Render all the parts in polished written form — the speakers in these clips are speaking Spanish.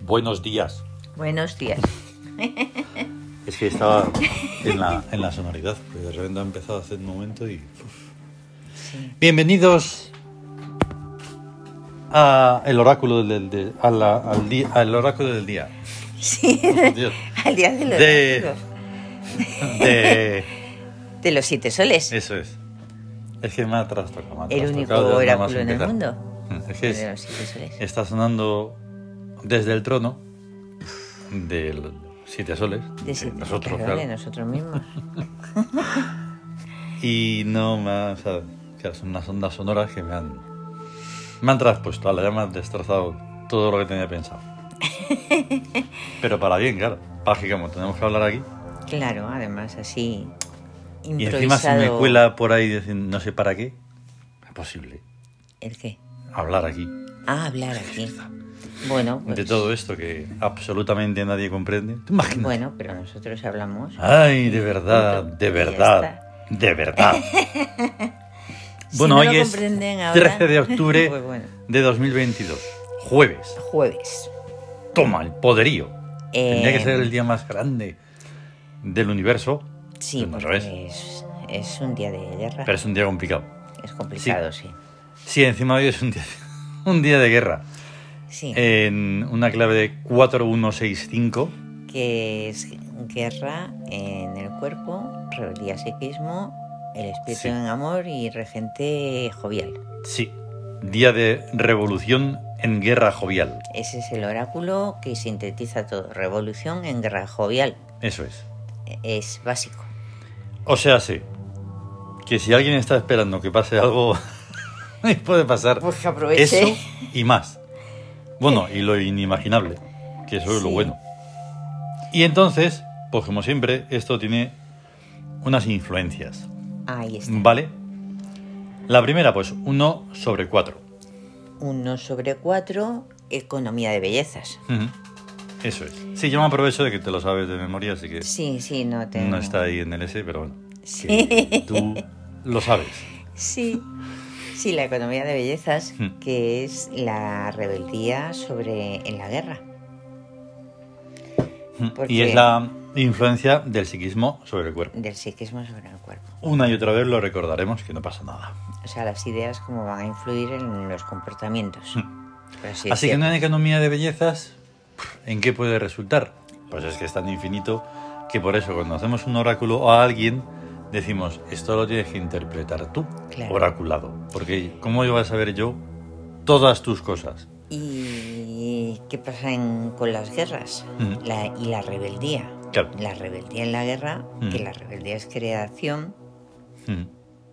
Buenos días. Buenos días. Es que estaba en la sonoridad, porque de repente ha empezado hace un momento y... Sí. Bienvenidos a el oráculo al oráculo del día. Sí, Dios. al día de los de los 7 soles. Eso es. Es que me ha trastocado. El único oráculo en el mundo. Es que de los 7 soles. está sonando desde el trono del 7 soles. De de 7 nosotros, claro, de claro. nosotros mismos. Y no me ha... O sea, claro, son unas ondas sonoras que me han traspuesto. Ya me han destrozado todo lo que tenía pensado. Pero para bien, claro. Para que como tenemos que hablar aquí. Claro, además así Y encima se me cuela por ahí no sé para qué. Es posible. ¿El qué? Hablar aquí. Ah, hablar aquí. Bueno, pues, de todo esto que absolutamente nadie comprende. ¿Te imaginas? Bueno, pero nosotros hablamos. Ay, de verdad, Punto. de Y ya verdad, está. de verdad. Si Bueno, no hoy lo es comprenden ahora, 13 de octubre pues bueno. de 2022. Jueves. Jueves. Toma, el poderío. Tendría que ser el día más grande del universo. Sí, Pero no lo porque es un día de guerra. Pero es un día complicado. Es complicado, sí. Sí, encima hoy es un día de guerra. Sí. En una clave de 4165. Que es guerra en el cuerpo, rebeldía, psiquismo, el espíritu Sí. en amor y regente jovial. Sí, día de revolución en guerra jovial. Ese es el oráculo que sintetiza todo. Revolución en guerra jovial. Eso es. Es básico. O sea, sí, que si alguien está esperando que pase algo, puede pasar Pues que aproveche. eso y más. Bueno, y lo inimaginable, que eso es lo Sí. bueno. Y entonces, pues como siempre, esto tiene unas influencias, Ahí está. ¿vale? La primera, pues 1/4. 1/4, economía de bellezas. Ujú. Eso es. Sí, yo me aprovecho de que te lo sabes de memoria, así que Sí, no tengo. no está ahí en el S, pero bueno, Sí. que tú lo sabes. Sí, la economía de bellezas, Hmm. que es la rebeldía en la guerra. Porque- Y es la influencia del psiquismo sobre el cuerpo. Del psiquismo sobre el cuerpo. Una y otra vez lo recordaremos, que no pasa nada. O sea, las ideas cómo van a influir en los comportamientos. Por Así que decirlo. una economía de bellezas, ¿en qué puede resultar? Pues es que es tan infinito que por eso cuando hacemos un oráculo a alguien, decimos, esto lo tienes que interpretar tú, Claro. oraculado. Porque ¿cómo yo voy a saber yo todas tus cosas? ¿Y qué pasa con las guerras? Mm. Y la rebeldía. Claro. La rebeldía en la guerra, Mm. que la rebeldía es creación, Mm.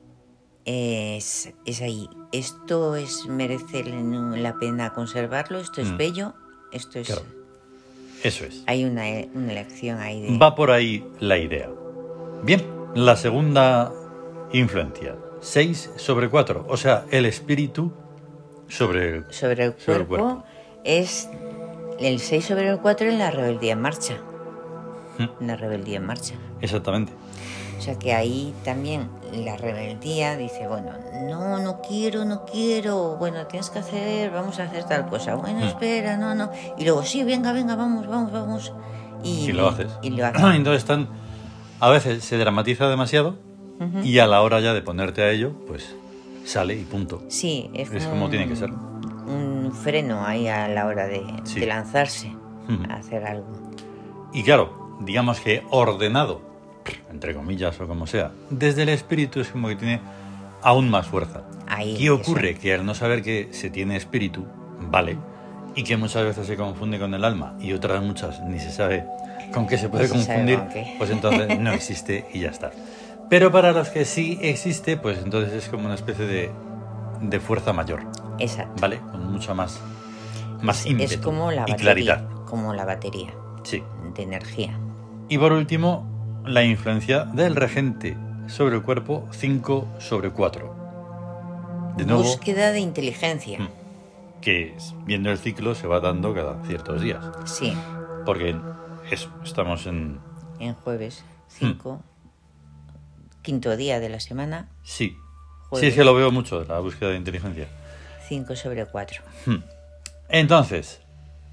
es ahí. Esto merece la pena conservarlo, esto es Mm. bello, esto es... Claro. Eso es. Hay una elección ahí de... Va por ahí la idea. Bien, la segunda influencia, 6/4, o sea, el espíritu sobre sobre el cuerpo, es el 6/4 en la rebeldía en marcha. Mm. La rebeldía en marcha. Exactamente. O sea que ahí también la rebeldía dice, bueno, no quiero, bueno, tienes que vamos a hacer tal cosa, bueno, espera, no. Y luego, sí, venga, vamos. Y lo haces. Y lo haces. Entonces a veces se dramatiza demasiado y a la hora ya de ponerte a ello, pues sale y punto. Sí, es como tiene que ser. un freno ahí a la hora de lanzarse a hacer algo. Y claro, digamos que ordenado, entre comillas o como sea, desde el espíritu es como que tiene aún más fuerza. Ahí, ¿Qué ocurre? eso. Que al no saber que se tiene espíritu, vale, y que muchas veces se confunde con el alma y otras muchas ni se sabe con qué se puede No se sabe confundir, con qué. pues entonces no existe y ya está. Pero para los que sí existe, pues entonces es como una especie de fuerza mayor, Exacto. ¿vale? Con mucha más ímpetu Es como la y batería. claridad. Como la batería Sí. de energía. Y por último, la influencia del regente sobre el cuerpo, 5/4. De nuevo, Búsqueda de inteligencia. que viendo el ciclo se va dando cada ciertos días. Sí, Porque eso, estamos en... en jueves 5, quinto día de la semana, Sí. Jueves. Sí, es que lo veo mucho, la búsqueda de inteligencia. 5/4. Entonces,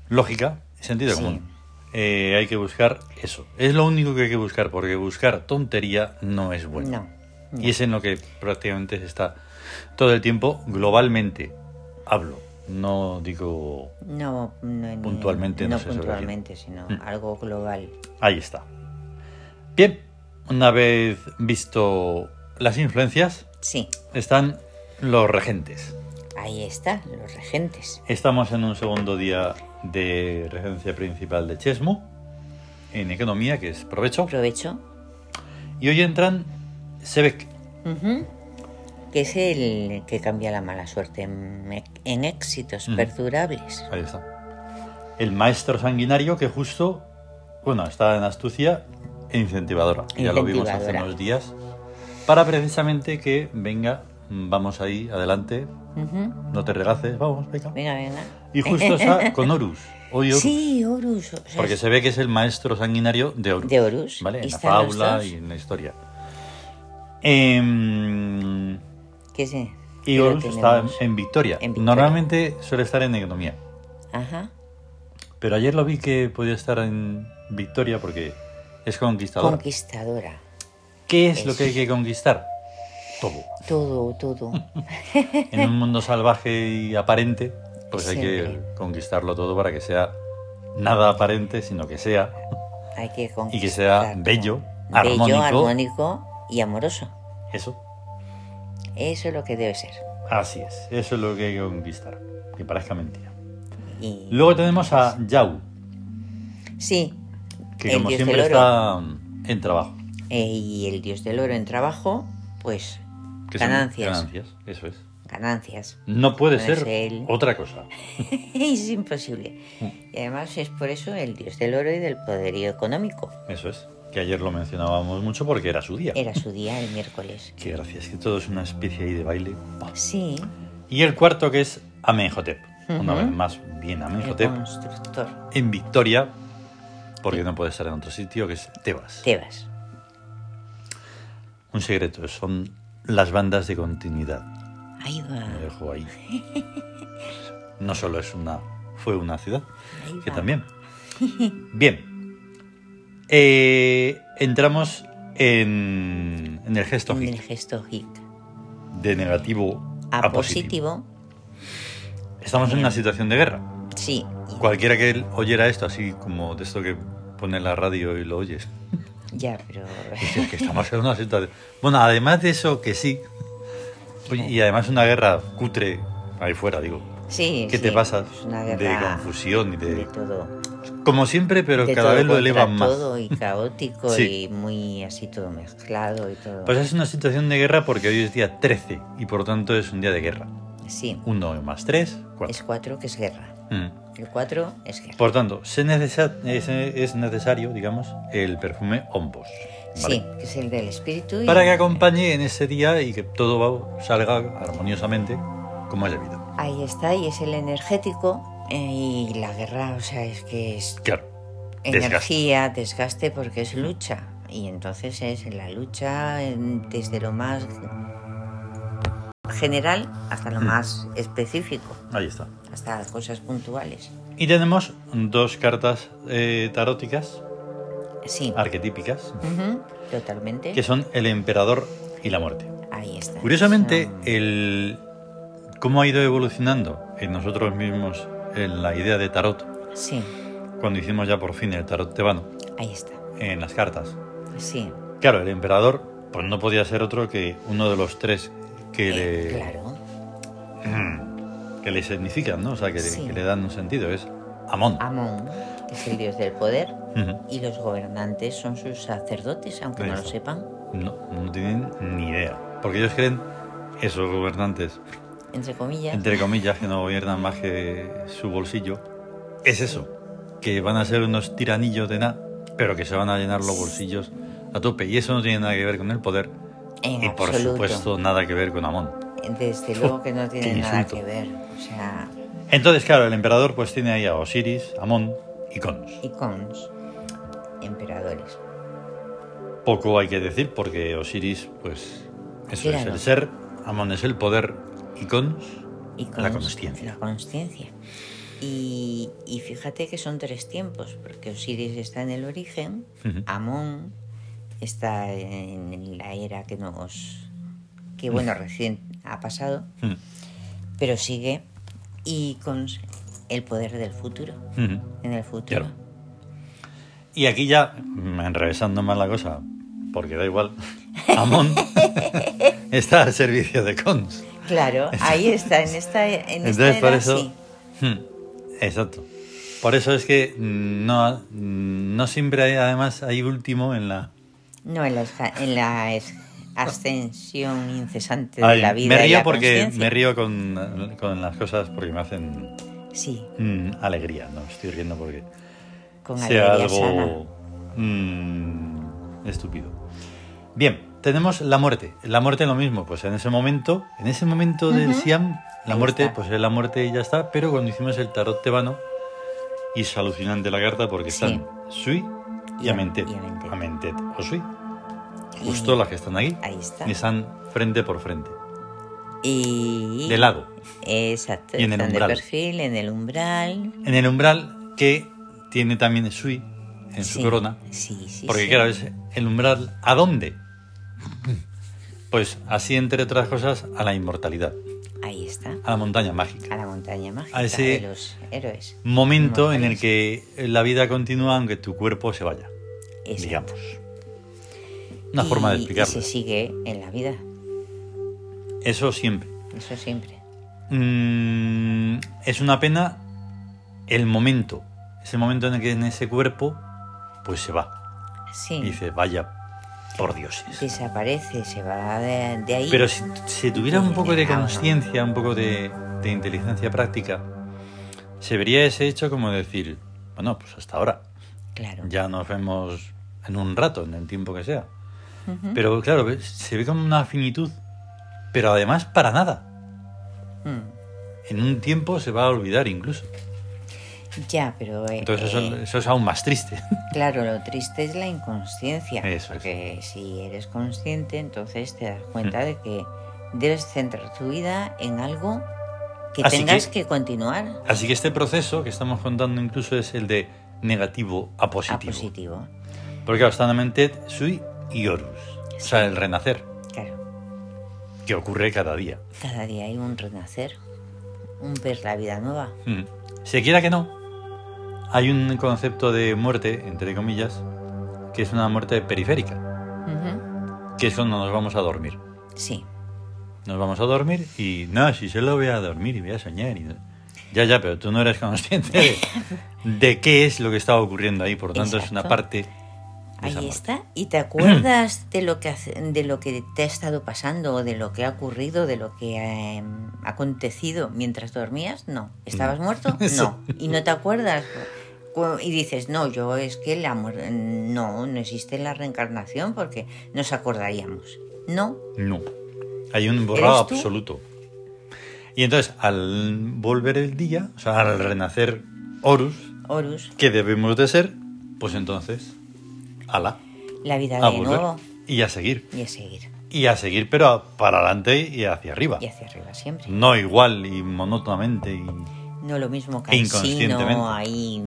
lógica y sentido Sí. común. Hay que buscar eso. Es lo único que hay que buscar, porque buscar tontería no es bueno. No. Y es en lo que prácticamente se está todo el tiempo globalmente. Hablo, no digo... No, Puntualmente, no sé sobre puntualmente, sino algo global. Ahí está. Bien, una vez visto las influencias, Sí, están los regentes. ahí está, los regentes. Estamos en un segundo día de regencia principal de Chesmu, en economía, que es provecho. Provecho. Y hoy entran Sebek. Ujú. Que es el que cambia la mala suerte en éxitos perdurables. Ahí está. El maestro sanguinario que justo, bueno, está en astucia e incentivadora. Ya lo vimos hace Incentivadora. unos días. Para precisamente que venga, vamos ahí, adelante, Ujú. no te regaces, vamos, venga. Venga, venga. Y justo está con Horus. Hoy Horus. Sí, Horus. O sea, Porque se ve que es el maestro sanguinario de Horus. De Horus. ¿Vale? Y En la están los fábula dos. y en la historia. Que sí. Y que lo Horus está tenemos. en Victoria. En Victoria. Normalmente suele estar en economía. Ajá. Pero ayer lo vi que podía estar en Victoria porque es conquistador. Conquistadora. ¿Qué es lo que hay que conquistar? Todo. Todo. En un mundo salvaje y aparente, pues hay que Siempre. conquistarlo todo para que sea nada aparente, sino que sea Hay que conquistar. y que sea bello, Bello, armónico. armónico y amoroso. Eso, Eso es lo que debe ser. así es. Eso es lo que hay que conquistar. Que parezca mentira. Y Luego tenemos a Yau, sí, que el como dios siempre del oro. está en trabajo. Y el dios del oro en trabajo, pues Que son ganancias. Ganancias, eso es. Ganancias. No puede No ser es él. otra cosa. Es imposible. Y además es por eso el dios del oro y del poderío económico. Eso es. Que ayer lo mencionábamos mucho porque era su día. Era su día el miércoles. Qué gracias, que todo es una especie ahí de baile. Sí, Y el cuarto que es Amenhotep. Una Ujú. vez más, bien el Amenhotep. constructor. En Victoria, porque no puede estar en otro sitio, que es Tebas. Tebas. Un secreto, son las bandas de continuidad. Ahí va. Lo dejo ahí. No solo fue una ciudad, Ahí que va. también. Bien. Entramos en el gesto En el hic, gesto hic. de negativo A positivo, Estamos en una situación de guerra. sí. y- Cualquiera que oyera esto, así como de esto que pone la radio y lo oyes, Ya, pero... dices que estamos en una situación... Bueno, además de eso, que sí. Oye, y además una guerra cutre ahí fuera, digo. Sí, ¿Qué sí, te pasa? es una De guerra confusión y de de... todo. Como siempre, pero De cada todo vez lo contra elevan más. todo y caótico Sí. y muy así todo mezclado y todo. Pues es una situación de guerra porque hoy es día 13 y por lo tanto es un día de guerra. Sí, 1 más 3, 4. es 4 que es guerra. Mm. El 4 es guerra. Por tanto, es necesario, digamos, el perfume Ombos. ¿vale? Sí, que es el del espíritu. Para que acompañe en ese día y que todo salga armoniosamente como es debido. Ahí está, y es el energético. Y la guerra, o sea, es que es Claro. Desgaste. energía, desgaste, porque es lucha. Y entonces es la lucha desde lo más general hasta lo más específico, Ahí está. hasta cosas puntuales. Y tenemos dos cartas taróticas Sí, arquetípicas Ujú, totalmente. que son el emperador y la muerte. Ahí está. Curiosamente, Son- cómo ha ido evolucionando en nosotros mismos en la idea de tarot, Sí, cuando hicimos ya por fin el tarot tebano ahí está. en las cartas. Sí, Claro, el emperador pues no podía ser otro que uno de los tres que claro. que le significan, ¿no? O sea, Sí. que le dan un sentido. Es Amón. Amón, que es el dios del poder, Ujú. y los gobernantes son sus sacerdotes, aunque Ahí no lo está. sepan. No tienen ni idea. Porque ellos creen, esos gobernantes, Entre comillas. entre comillas, que no gobiernan más que su bolsillo, es eso, que van a ser unos tiranillos de nada, pero que se van a llenar los bolsillos a tope. Y eso no tiene nada que ver con el poder En y, por absoluto. supuesto, nada que ver con Amón. Desde luego que no tiene Qué nada insulto. que ver. O sea, Entonces, claro, el emperador pues tiene ahí a Osiris, Amón y Cons. icons, emperadores. Poco hay que decir porque Osiris, pues, eso es Claro. el ser, Amón es el poder y Cons, Icons, la consciencia. La consciencia. Y fíjate que son 3 tiempos, porque Osiris está en el origen, Ujú. Amón está en la era que bueno, recién ha pasado, Ujú. pero sigue y con el poder del futuro, Ujú. en el futuro. Claro. Y aquí ya, enrevesando más la cosa, porque da igual, Amón está al servicio de Cons. Claro, ahí está, en esta Entonces, era por eso... sí. Exacto. Por eso es que no siempre hay, además, hay último en la... No, en la ascensión incesante de Ay, la vida. me y río la porque consciencia. me río con las cosas porque me hacen Sí, alegría. No estoy riendo porque con sea alegría algo estúpido. Bien, tenemos la muerte. La muerte lo mismo, pues en ese momento del Siam, la Ahí muerte, está. pues es la muerte y ya está. Pero cuando hicimos el tarot tebano, y es alucinante la carta porque Sí. están Sui y Y Amentet. Amentet. Amentet o Sui. Y Justo las que están aquí. ahí está. Y están frente por frente. Y De lado. exacto, Y en el están de umbral. perfil, en el umbral. En el umbral que tiene también Sui en su Sí, corona. Sí, sí. Porque sí. claro, es el umbral ¿a dónde? Pues así, entre otras cosas, a la inmortalidad, Ahí está, a la montaña mágica. a la montaña mágica A ese de los héroes. Momento en el Inmortales. que la vida continúa aunque tu cuerpo se vaya, Exacto. digamos. Una forma de Y explicarlo. se sigue en la vida, Eso siempre. eso siempre. Es una pena el momento, ese momento en el que en ese cuerpo pues se va. Sí, Y dice, vaya, por dioses. desaparece, se va de ahí. Pero si tuviera un poco de Ah, bueno. consciencia, un poco de inteligencia práctica, se vería ese hecho como decir, bueno, pues hasta ahora, Claro. ya nos vemos en un rato, en el tiempo que sea. Ujú. Pero claro, se ve como una finitud, pero además para nada. Mm. En un tiempo se va a olvidar incluso. Ya, pero Entonces eso es aún más triste. claro, lo triste es la inconsciencia. Eso es. Porque si eres consciente, entonces te das cuenta de que debes centrar tu vida en algo que Así tengas que- que continuar Así que este proceso que estamos contando incluso es el de negativo a a positivo. positivo. Porque claro, están Amentet, Sui y Horus. O sea, el renacer, Claro, que ocurre cada día. cada día hay un renacer, un ver la vida nueva. Se quiera que no, hay un concepto de muerte, entre comillas, que es una muerte periférica, Ujú. que es cuando nos vamos a dormir. Sí, Nos vamos a dormir y no, si solo voy a dormir y voy a soñar. Ya, pero tú no eres consciente de qué es lo que está ocurriendo ahí, por tanto es una Exacto. parte de esa ahí muerte. está. ¿Y te acuerdas de lo que te ha estado pasando o de lo que ha ocurrido, de lo que ha acontecido mientras dormías? No. ¿Estabas muerto? Eso. No. ¿Y no te acuerdas? Y dices, no, yo es que no existe la reencarnación porque nos acordaríamos. No, No, hay un borrado ¿Eres tú? absoluto. Y entonces, al volver el día, o sea, al renacer Horus, Horus, que debemos de ser, pues entonces, ala, la vida a de volver nuevo y a seguir. y a seguir. Y a seguir, pero para adelante y hacia arriba. Y hacia arriba siempre. No igual y monótonamente. No lo mismo E inconscientemente. cansino, ahí...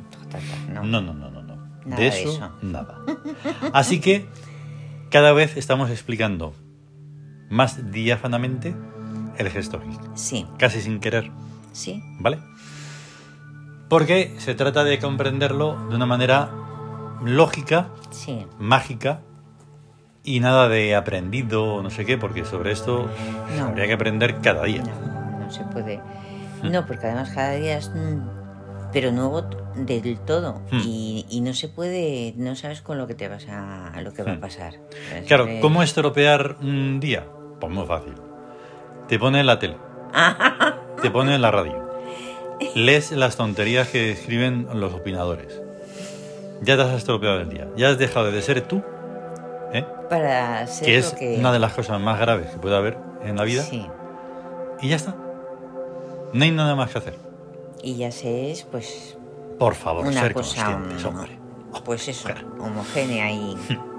No. No. No. Nada De de eso, eso. nada. Así que cada vez estamos explicando más diáfanamente el gesto hic, Sí, casi sin querer, sí, ¿vale? Porque se trata de comprenderlo de una manera lógica, sí. mágica y nada de aprendido o no sé qué, porque sobre esto No. habría que aprender cada día. No se puede. No, porque además cada día es pero nuevo del todo. Y no se puede, no sabes con lo que te vas a lo que va a pasar. Claro, Es- ¿cómo estropear un día? Pues muy fácil. Te pones la tele, te pones la radio, lees las tonterías que escriben los opinadores. Ya te has estropeado el día, ya has dejado de ser tú, ¿eh? Para ser Que lo es que una de las cosas más graves que puede haber en la vida, Sí. y ya está. No hay nada más que hacer. Y ya se es pues Por favor, una ser cosa conscientes, hombre. pues eso, mujer. homogénea y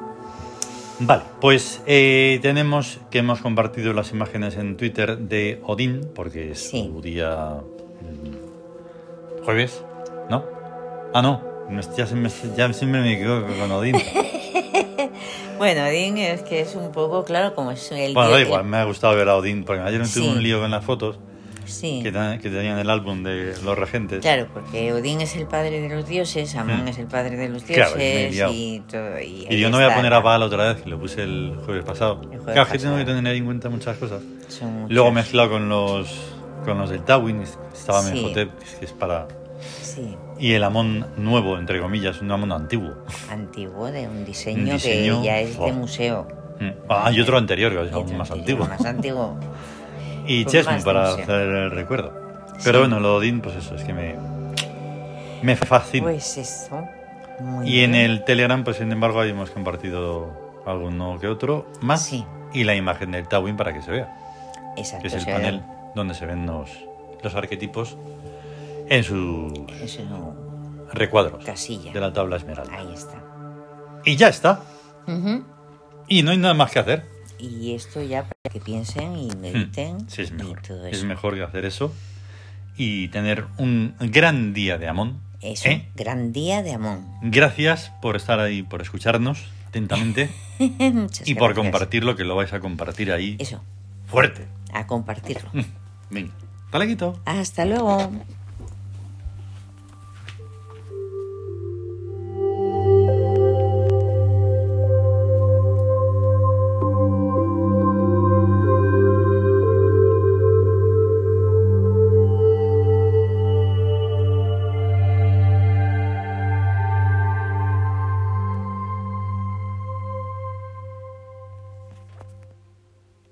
Vale, pues tenemos que hemos compartido las imágenes en Twitter de Odín, porque es Sí. su día ¿Jueves? ¿No? Ah, no. Ya siempre me equivoco con Odín. Bueno, Odín es que es un poco, claro, como es el... Bueno, da igual, me ha gustado ver a Odín, porque ayer Sí. tuve un lío con las fotos Sí. que tenían el álbum de los regentes. Claro, porque Odín es el padre de los dioses, Amón es el padre de los Claro, dioses me he liado. y todo. Y Y yo no voy a poner a Baal otra vez, que lo puse el jueves pasado. El jueves Claro, es que pasado. tengo que tener en cuenta muchas cosas. Son muchos. Luego mezclado con los del Tawin, estaba Sí. Menhotep, que es para... Sí, Y el Amón nuevo, entre comillas, un Amón antiguo. antiguo, de un diseño, Un diseño, que ya es de oh. museo. Y otro anterior, que es Y aún otro más anterior, antiguo. Más antiguo. Y Pues Chesney más para de museo. hacer el recuerdo. Pero Sí. bueno, lo de Odín, pues eso, es que me fascina. Pues eso. Muy Y en bien. el Telegram, pues sin embargo, ahí hemos compartido alguno que otro más. Sí. Y la imagen del Tawin para que se vea. Exacto. Que es el se panel ve. donde se ven los arquetipos en sus Eso, recuadros casilla. de la tabla esmeralda. Ahí está. Y ya está. Ujú. Y no hay nada más que hacer. Y esto ya para que piensen y mediten. Sí, es mejor. Y todo Es eso. mejor que hacer eso y tener un gran día de Amón. Eso, gran día de Amón. Gracias por estar ahí, por escucharnos atentamente Muchas y por gracias. compartirlo, que lo vais a compartir ahí Eso, fuerte. a compartirlo. Venga, hasta luego. Hasta luego.